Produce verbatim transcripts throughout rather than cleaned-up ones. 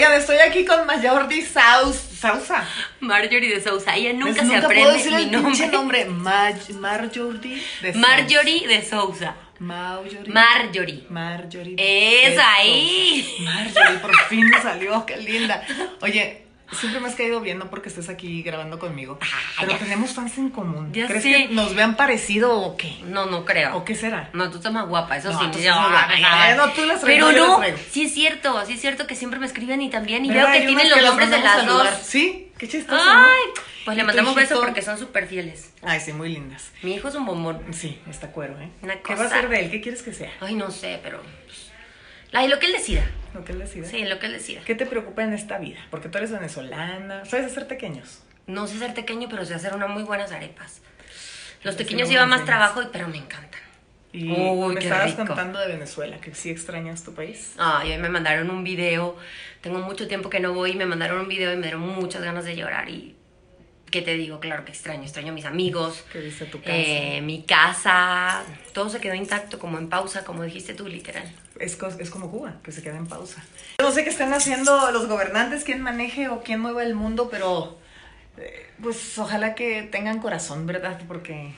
Estoy aquí con Marjorie Sousa. Marjorie de Sousa. Ella nunca pues se nunca aprende puedo decir mi el nombre. nombre. Mar- Marjorie de Sousa. Marjorie de Sousa. Marjorie. Marjorie. Marjorie. Eso de ahí. Sousa. Marjorie, por fin me salió, qué linda. Oye, siempre me has caído bien, no porque estés aquí grabando conmigo. Ah, pero ya. tenemos fans en común. Ya ¿Crees sé. que nos vean parecido o qué? No, no creo. ¿O qué será? No, tú estás más guapa, eso No, sí. tú sí, estás no, muy guapa. ay, No, tú las traigo, Pero yo las no, traigo. sí es cierto, sí es cierto que siempre me escriben y también, y ¿Verdad? veo que Hay tienen unas los que las nombres de mandamos las a saludar. dos. Sí, qué chistoso. Ay, ¿no? pues ¿Y le tu mandamos besos hijito? porque son súper fieles. Ay, sí, muy lindas. Mi hijo es un bombón. Sí, está cuero, ¿eh? Una ¿Qué va a cosa. ser de él? ¿Qué quieres que sea? Ay, no sé, pero pues, ay, lo que él decida. Lo que él decida. Sí, lo que él decida. ¿Qué te preocupa en esta vida? Porque tú eres venezolana. ¿Sabes hacer tequeños? No sé ser tequeño, pero sé hacer unas muy buenas arepas. Los Sí, tequeños no llevan me más enseñas. trabajo, pero me encantan. Y Uy, me qué estabas rico. contando de Venezuela, que sí extrañas tu país. Ay, hoy me mandaron un video. Tengo mucho tiempo que no voy y me mandaron un video y me dieron muchas ganas de llorar. Y, ¿qué te digo? Claro que extraño. Extraño a mis amigos, Que viste tu casa. eh, mi casa. Todo se quedó intacto, como en pausa, como dijiste tú, literal. Es, cos- es como Cuba, que se queda en pausa. Yo no sé qué están haciendo los gobernantes, quién maneje o quién mueva el mundo, pero eh, pues ojalá que tengan corazón, ¿verdad? Porque,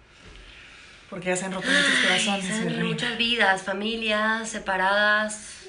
porque ya se han roto muchos corazones. Son mi reina. muchas vidas, familias separadas.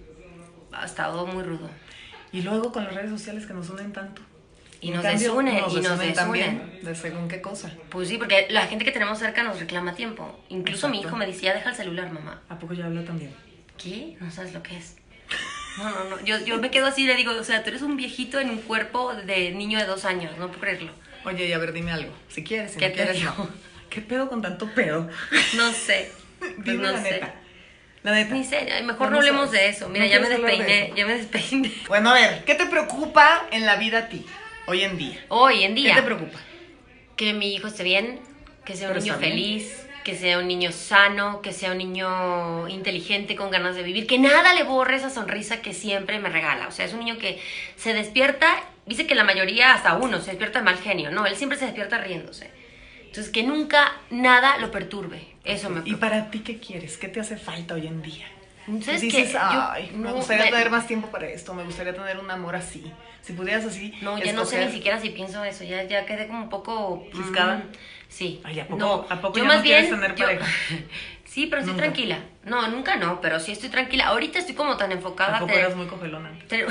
Ha estado muy rudo. Y luego con las redes sociales que nos unen tanto. Y En nos cambio, desunen, y nos desunen también, desunen. de según qué cosa. Pues sí, porque la gente que tenemos cerca nos reclama tiempo. Incluso mi Exacto. hijo me decía, deja el celular, mamá. ¿A poco ya habla también? ¿Qué? No sabes lo que es. No, no, no. Yo, yo me quedo así y le digo, o sea, tú eres un viejito en un cuerpo de niño de dos años, no puedo creerlo. Oye, y a ver, dime algo. Si quieres, si ¿Qué no te quieres, digo? no. ¿Qué pedo con tanto pedo? No sé. Pues Dime no la sé. neta. La neta. Ni sé, ay, mejor Ya no hablemos sabes. de eso. Mira, No ya me quieres hablar de despeiné, eso. ya me despeiné. Bueno, a ver, ¿qué te preocupa en la vida a ti, hoy en día? Hoy en ¿Qué día, te preocupa? que mi hijo esté bien, que sea un Pero niño está bien. feliz, que sea un niño sano, que sea un niño inteligente, con ganas de vivir, que nada le borre esa sonrisa que siempre me regala. O sea, es un niño que se despierta, dice que la mayoría, hasta uno, se despierta de mal genio, ¿no? Él siempre se despierta riéndose. Entonces, que nunca nada lo perturbe. Eso me ¿Y preocupa. para ti qué quieres? ¿Qué te hace falta hoy en día? ¿Sabes Dices, qué? Yo- ay, me no, gustaría me- tener más tiempo para esto, me gustaría tener un amor así. Si pudieras así. No, ya no sé escoger- ni siquiera si pienso eso, ya, ya quedé como un poco... mm, ¿Ciscada? sí. Ay, ¿a poco- no, a poco yo ya más no quieres bien, tener yo- pareja? sí, pero estoy Nunca. tranquila. No, nunca no, pero sí estoy tranquila. Ahorita estoy como tan enfocada... ¿A poco te- eras muy cogelona? te-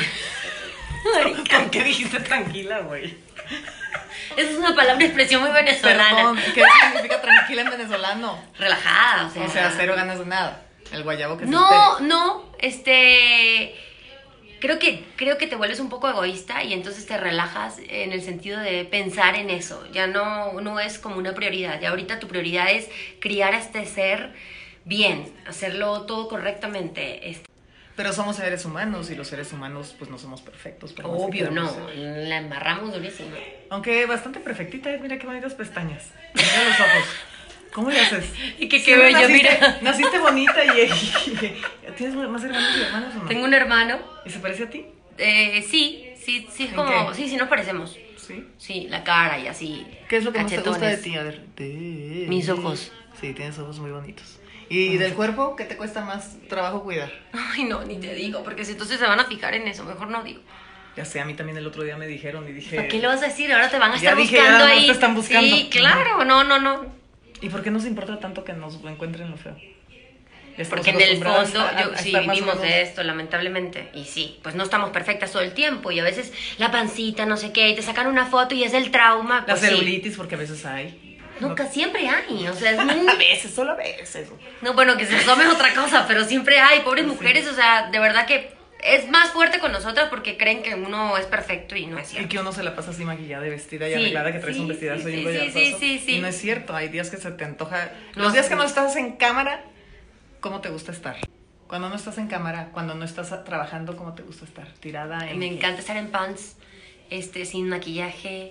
¿Por qué dijiste tranquila, güey? Esa es una palabra, expresión muy venezolana. Perdón, ¿qué significa tranquila en venezolano? Relajada, o sea... O sea, cero ganas de nada. El guayabo que se No, espere. no, este... Creo que, creo que te vuelves un poco egoísta y entonces te relajas en el sentido de pensar en eso. Ya no, no es como una prioridad. Ya ahorita tu prioridad es criar a este ser bien, hacerlo todo correctamente. Este, Pero somos seres humanos y los seres humanos pues no somos perfectos. por más que obvio, no. queramos ser. La embarramos durísimo. Aunque bastante perfectita, eh, mira qué bonitas pestañas. Mira los ojos. ¿Cómo le haces? Y que qué Siempre bello, naciste, mira. Naciste bonita y, y- ¿tienes más hermanos y hermanas o no? Tengo un hermano. ¿Y se parece a ti? Eh, sí, sí, sí, es ¿En como... qué? Sí, sí, nos parecemos. Sí. Sí, la cara y así. ¿Qué es lo que más te gusta de cachetones. ti? A ver. te- Mis ojos. Sí, tienes ojos muy bonitos. ¿Y del cuerpo qué te cuesta más trabajo cuidar? Ay, no, ni te digo, porque si entonces se van a fijar en eso, mejor no digo. Ya sé, a mí también el otro día me dijeron y dije... ¿Para qué lo vas a decir? Ahora te van a Ya estar dije, buscando ya no ahí. te están buscando. Sí, claro, no, no, no. ¿Y por qué nos importa tanto que nos encuentren lo feo? Ya estamos Porque en el acostumbradas fondo, a- a- yo, a sí, estar más o vivimos menos- de esto, lamentablemente. Y sí, pues no estamos perfectas todo el tiempo. Y a veces la pancita, no sé qué, y te sacan una foto y es el trauma. La Pues sí. celulitis, porque a veces hay. Nunca, siempre hay. O sea, es A muy- veces, solo a veces. No, bueno, que se tome otra cosa, pero siempre hay. Pobres mujeres, o sea, de verdad que es más fuerte con nosotras porque creen que uno es perfecto y no es Y cierto. que uno se la pasa así maquillada y vestida y Sí, arreglada, que traes sí, un vestidazo sí, y un sí, collazazo. sí, sí, sí. Y no es cierto, hay días que se te antoja. No, Los días sí. que no estás en cámara, ¿cómo te gusta estar? Cuando no estás en cámara, cuando no estás trabajando, ¿cómo te gusta estar? Tirada en... Me encanta estar en pants, este, sin maquillaje,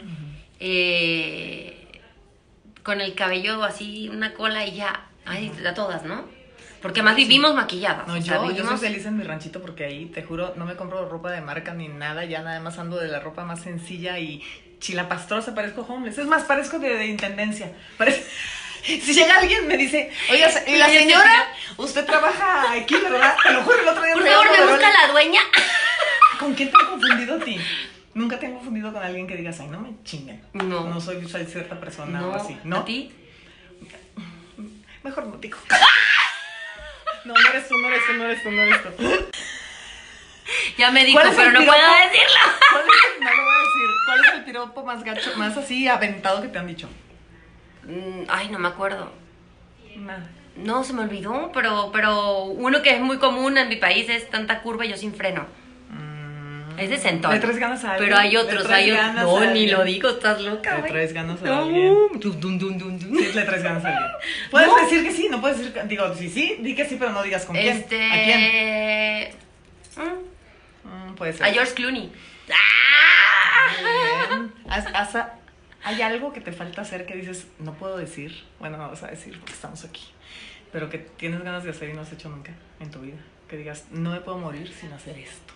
eh, con el cabello así, una cola y ya. Ay, a todas, ¿no? Porque más vivimos maquilladas. No, o yo, sea, yo soy vivimos- feliz en mi ranchito porque ahí, te juro, no me compro ropa de marca ni nada, ya nada más ando de la ropa más sencilla y chilapastrosa, parezco homeless. Es más, parezco de, de intendencia. Parece... Si llega alguien me dice, oiga, se- y la Oye, señora, usted trabaja aquí, ¿verdad? Te lo juro, el otro día Por me favor, habló me de busca Verónica. la dueña. ¿Con quién te han confundido a ti? Nunca te han confundido con alguien que digas, ay, no me chinguen. No. No soy, soy cierta persona No. o así. ¿No? ¿A ti? Mejor no digo. No, no eres tú, no eres tú, no eres tú, no eres tú. Ya me dijo, ¿Cuál es pero el no piropo? puedo decirlo. ¿Cuál es el, no lo voy a decir. ¿Cuál es el piropo más gacho, más así aventado que te han dicho? Mm, Ay, no me acuerdo. Nada. No, se me olvidó, pero, pero uno que es muy común en mi país es tanta curva y yo sin freno. Mm. Es de sentón. ¿Le traes ganas a alguien? Pero hay ¿Le otros, traes hay otros. ganas No, a ni alguien? lo digo, estás loca, Le güey. traes ganas a No. alguien. Dun, dun, dun, dun, dun. Sí, le traes ganas a alguien. Puedes No. decir que sí, no puedes decir que... Digo, sí, sí, di que sí, pero no digas con quién. Este... ¿A quién? mm, Mm, puede ser. A George Clooney. ¡Ah! Muy bien. Haz- haz a- ¿Hay algo que te falta hacer que dices, no puedo decir? Bueno, no vas a decir porque estamos aquí. Pero que tienes ganas de hacer y no has hecho nunca en tu vida. Que digas, no me puedo morir sin hacer esto.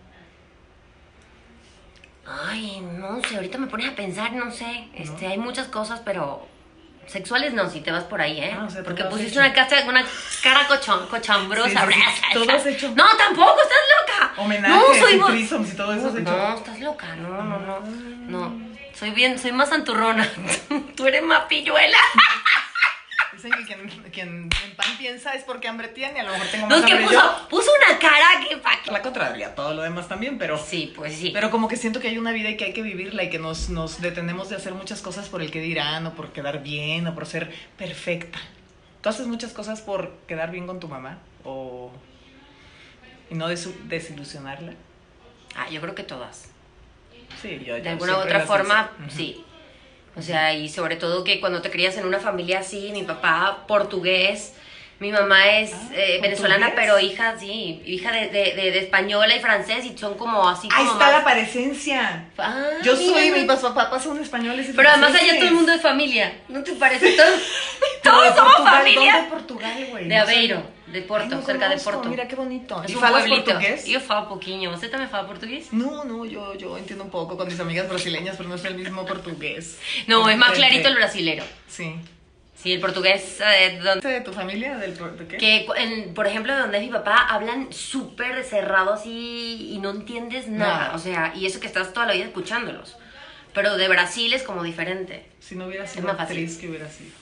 Ay, no sé, ahorita me pones a pensar, no sé. Este, hay muchas cosas, pero sexuales no, si te vas por ahí, ¿eh? Ah, o sea, Porque todo has pusiste hecho. una, cacha- una cara cochon- cochambrosa. Sí, sí, sí. brasa, Todo esa. has hecho. No, tampoco, estás loca. Homenajes no, soy y bo- threesomes y todo eso has hecho. No, estás loca, no, no, no. No, soy bien, soy más santurrona. Tú eres más pilluela. Dicen que quien, quien en pan piensa es porque hambre tiene. A lo mejor tengo No, más es que hambre puso, yo. puso una cara que pa' qué. La contraria, todo lo demás también, pero... Sí, pues sí. Pero como que siento que hay una vida y que hay que vivirla y que nos, nos detenemos de hacer muchas cosas por el que dirán o por quedar bien o por ser perfecta. ¿Tú haces muchas cosas por quedar bien con tu mamá o y no desu- desilusionarla? Ah, yo creo que todas. Sí, yo, yo De alguna u siempre otra las forma, hice. Ujú. sí. O sea, y sobre todo que cuando te crías en una familia así, mi papá portugués, mi mamá es Ah, eh, venezolana, ¿portugués? pero hija, sí, hija de, de, de, de española y francés y son como así Ahí como está más... la parecencia. Ah, Yo mira, soy, no. mis papás son españoles y Pero además allá franceses. todo el mundo es familia, ¿no te parece? Todos, Pero de todos somos Portugal, familia. ¿dónde Portugal, güey? De No sé. Aveiro, de Porto, Ay, no cerca de conozco, Porto. Mira qué bonito. Es ¿Y un falas pueblito. portugués? Yo falo poquinho. ¿Você también fala portugués? No, no, yo, yo entiendo un poco con mis amigas brasileñas, pero no es el mismo portugués. No, es más Diferente. clarito el brasilero. Sí. Sí, el portugués, eh, donde... ¿De tu familia? ¿Del, por- ¿De qué? Que, en, por ejemplo, donde es mi papá, hablan súper cerrado así y no entiendes nada. Nada. O sea, y eso que estás toda la vida escuchándolos. Pero de Brasil es como diferente. Si no hubiera sido más fácil. actriz, ¿qué hubiera sido?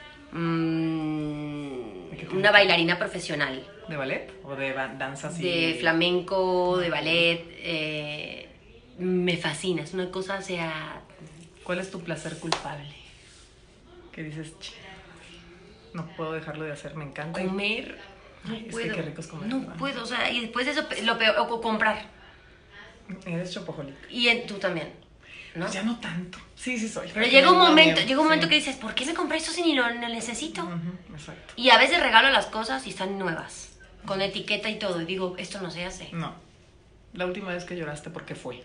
Mm, ¿De qué una bailarina profesional. ¿De ballet? ¿O de ba- danza así? De flamenco, de ballet. eh, me fascina. Es una cosa, o sea... ¿Cuál es tu placer culpable? Que dices, "Ch, no puedo dejarlo de hacer, me encanta. y- Comer. No Ay, es que puedo. qué rico es comer, No ¿verdad? puedo, o sea, y después de eso, lo peor, o comprar. Eres chopojólica. Y en- tú también, ¿no? Pues ya no tanto. Sí, sí soy. Pero Aquí llega un me da momento, miedo, llega un momento sí. que dices, ¿por qué me compré esto si ni lo, lo necesito? Ujú, exacto. Y a veces regalo las cosas y están nuevas, con etiqueta y todo, y digo, esto no se hace. No. La última vez que lloraste, ¿por qué fue?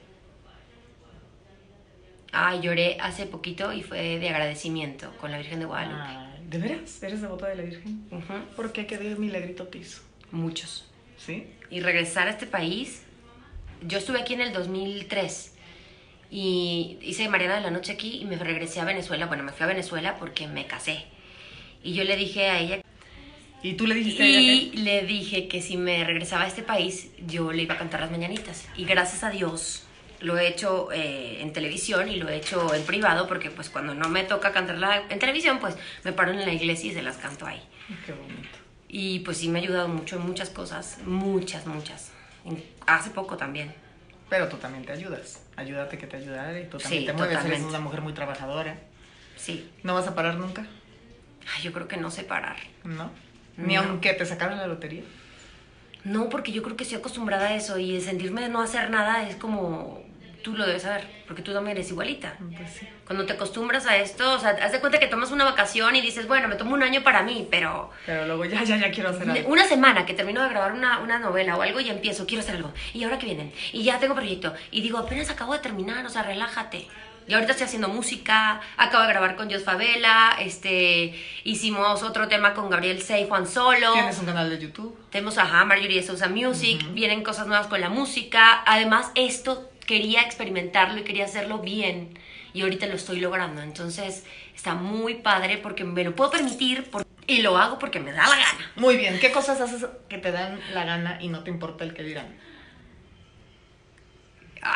Ay, lloré hace poquito y fue de agradecimiento con la Virgen de Guadalupe. Ay, ¿de veras? ¿Eres devota de la Virgen? Ujú. ¿Por qué? ¿Qué de milagrito te hizo? Muchos. ¿Sí? Y regresar a este país, yo estuve aquí en el dos mil tres y hice Mariana de la Noche aquí y me regresé a Venezuela. Bueno, me fui a Venezuela porque me casé. Y yo le dije a ella... ¿Y tú le dijiste a ella Y que...? le dije que si me regresaba a este país, yo le iba a cantar las mañanitas. Y gracias a Dios lo he hecho eh, en televisión y lo he hecho en privado, porque pues cuando no me toca cantarla en televisión, pues me paro en la iglesia y se las canto ahí. Qué bonito. Y pues sí me ha ayudado mucho en muchas cosas, muchas, muchas. En- Hace poco también. Pero tú también te ayudas. Ayúdate que te ayudaré. Y tú también Sí, te mueves. Eres totalmente. una mujer muy trabajadora. Sí. ¿No vas a parar nunca? Ay, yo creo que no sé parar. ¿No? Ni No. aunque te sacaran la lotería. No, porque yo creo que estoy acostumbrada a eso y el sentirme de no hacer nada es como... Tú lo debes saber, porque tú también eres igualita. Pues sí. Cuando te acostumbras a esto, o sea, haz de cuenta que tomas una vacación y dices, bueno, me tomo un año para mí, pero Pero luego ya, ya, ya quiero hacer algo. una semana que termino de grabar una, una novela o algo y empiezo, quiero hacer algo. Y ahora que vienen, y ya tengo proyecto. Y digo, apenas acabo de terminar, o sea, relájate. Y ahorita estoy haciendo música, acabo de grabar con Jos Favela, este, hicimos otro tema con Gabriel C y Juan Solo. Tienes un canal de YouTube. Tenemos a Marjorie de Sousa Music, Ujú. vienen cosas nuevas con la música. Además, esto quería experimentarlo y quería hacerlo bien. Y ahorita lo estoy logrando. Entonces, está muy padre porque me lo puedo permitir por- y lo hago porque me da la gana. Muy bien. ¿Qué cosas haces que te dan la gana y no te importa el que dirán?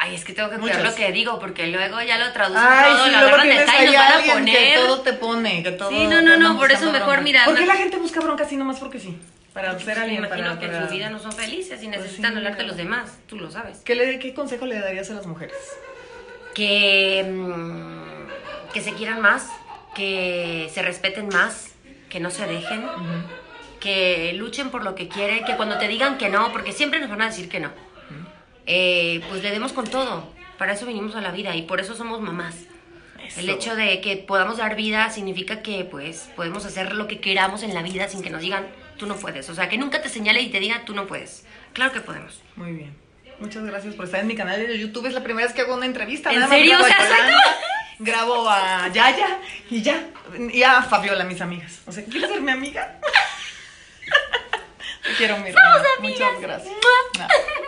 Ay, es que tengo que Muchos. cuidar lo que digo, porque luego ya lo traducen Ay, todo, sí, lo luego agarran de tienes acá y ahí nos a van a alguien que poner. todo te pone, que todo... Sí, no, no, te no, andan por eso buscando mejor, bronca. mira, ¿Por qué anda- la gente busca bronca así nomás porque sí? Para ser Me alguien, imagino para... que para- en su vida no son felices y Pues necesitan sí, hablarte ¿verdad? los demás, tú lo sabes. ¿Qué, le, ¿Qué consejo le darías a las mujeres? Que, mm, que se quieran más, que se respeten más, que no se dejen, que luchen por lo que quieren, que cuando te digan que no, porque siempre nos van a decir que no, eh, pues le demos con todo. Para eso vinimos a la vida y por eso somos mamás. Eso. El hecho de que podamos dar vida significa que pues podemos hacer lo que queramos en la vida sin que nos digan tú no puedes. O sea, que nunca te señale y te diga tú no puedes. Claro que podemos. Muy bien. Muchas gracias por estar en mi canal de YouTube. Es la primera vez que hago una entrevista. ¿En Nada más serio? grabo O sea, a soy Yolanda, grabo a Yaya y ya. Y a Fabiola, mis amigas. O sea, ¿quieres ser mi amiga? Te quiero, mi reina. Somos amigas. Muchas gracias. ¡Mua! No.